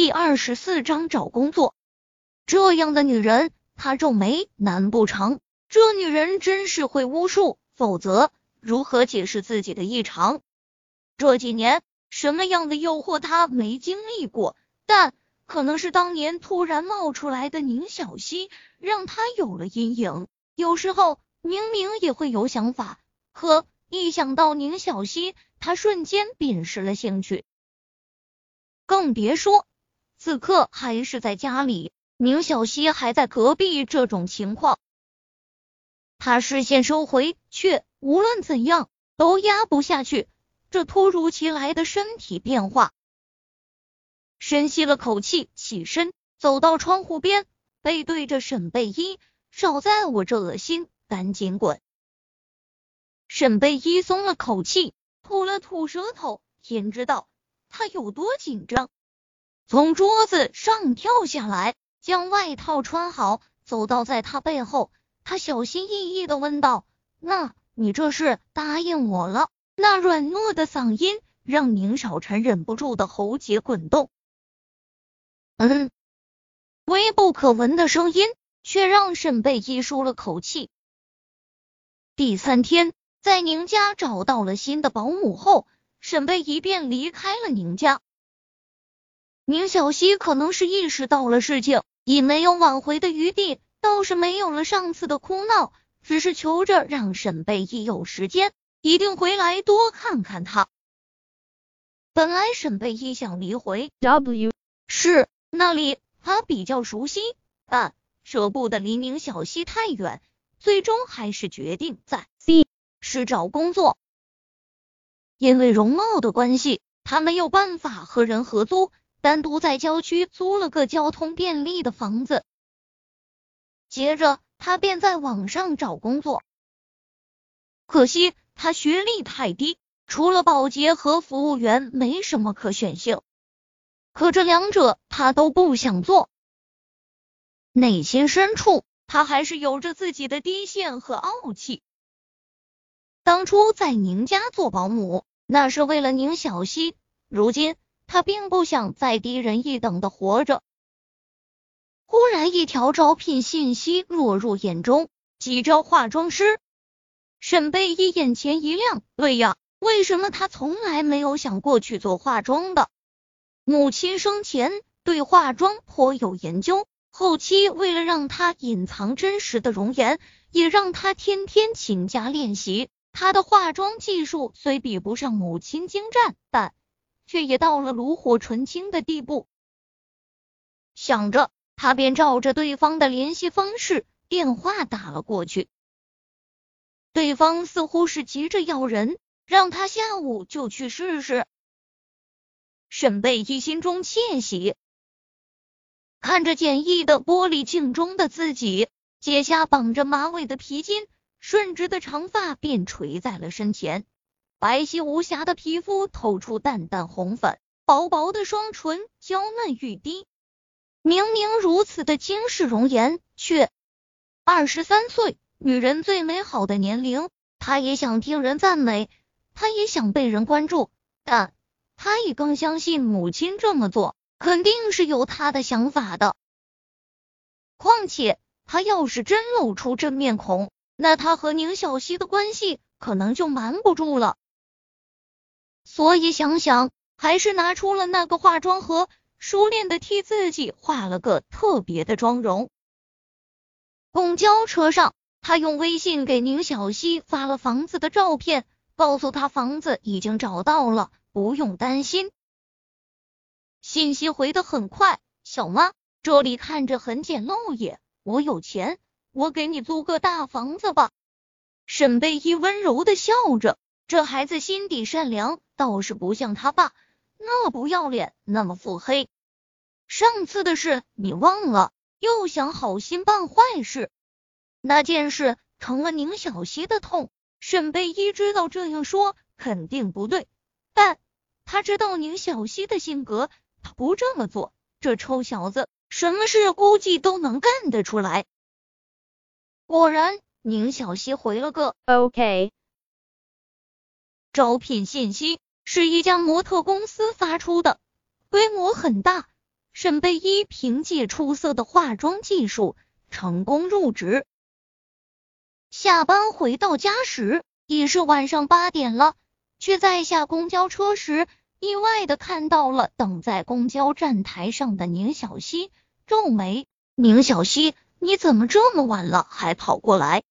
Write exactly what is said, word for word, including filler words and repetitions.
第二十四章找工作。这样的女人，她皱眉难不成？这女人真是会巫术，否则如何解释自己的异常？这几年什么样的诱惑她没经历过，但可能是当年突然冒出来的宁小溪，让她有了阴影。有时候明明也会有想法，可一想到宁小溪，她瞬间便失了兴趣。更别说此刻还是在家里，宁小溪还在隔壁，这种情况他视线收回，却无论怎样都压不下去这突如其来的身体变化。深吸了口气，起身走到窗户边，背对着沈贝依，少在我这恶心，赶紧滚。沈贝依松了口气，吐了吐舌头，天知道他有多紧张。从桌子上跳下来，将外套穿好，走到在他背后，他小心翼翼地问道：那你这是答应我了？那软糯的嗓音让宁少臣忍不住的喉结滚动。嗯，微不可闻的声音却让沈贝依舒了口气。第三天，在宁家找到了新的保姆后，沈贝依便离开了宁家。宁小溪可能是意识到了事情已没有挽回的余地，倒是没有了上次的哭闹，只是求着让沈贝依有时间一定回来多看看他。本来沈贝依想离回 W 市那里，他比较熟悉，但舍不得离宁小溪太远，最终还是决定在 C 市找工作。因为容貌的关系，他没有办法和人合租，单独在郊区租了个交通便利的房子。接着他便在网上找工作，可惜他学历太低，除了保洁和服务员没什么可选性，可这两者他都不想做。内心深处他还是有着自己的底线和傲气。当初在宁家做保姆，那是为了宁小溪，如今他并不想再低人一等的活着。忽然一条招聘信息落入眼中，急招化妆师。沈贝依眼前一亮，对呀，为什么他从来没有想过去做化妆的？母亲生前对化妆颇有研究，后期为了让他隐藏真实的容颜，也让他天天勤加练习。他的化妆技术虽比不上母亲精湛，但却也到了炉火纯青的地步。想着，他便照着对方的联系方式电话打了过去。对方似乎是急着要人，让他下午就去试试。沈贝依心中窃喜，看着简易的玻璃镜中的自己，解下绑着马尾的皮筋，顺直的长发便垂在了身前，白皙无瑕的皮肤透出淡淡红粉，薄薄的双唇娇嫩欲滴。明明如此的惊世容颜，却二十三岁，女人最美好的年龄。她也想听人赞美，她也想被人关注，但她也更相信母亲这么做肯定是有她的想法的。况且她要是真露出真面孔，那她和宁小溪的关系可能就瞒不住了。所以想想，还是拿出了那个化妆盒，熟练的替自己画了个特别的妆容。公交车上，他用微信给宁小溪发了房子的照片，告诉他房子已经找到了，不用担心。信息回得很快，小妈，这里看着很简陋耶，我有钱，我给你租个大房子吧。沈贝依温柔的笑着，这孩子心底善良，倒是不像他爸那么不要脸，那么腹黑。上次的事你忘了，又想好心办坏事。那件事成了宁小溪的痛，沈贝依知道这样说肯定不对，但他知道宁小溪的性格，他不这么做，这臭小子什么事估计都能干得出来。果然，宁小溪回了个 OK。 招聘信息是一家模特公司发出的，规模很大， 沈贝依凭借出色的化妆技术成功入职。下班回到家时已是晚上八点了，却在下公交车时意外的看到了等在公交站台上的宁小溪，皱眉：宁小溪，你怎么这么晚了还跑过来？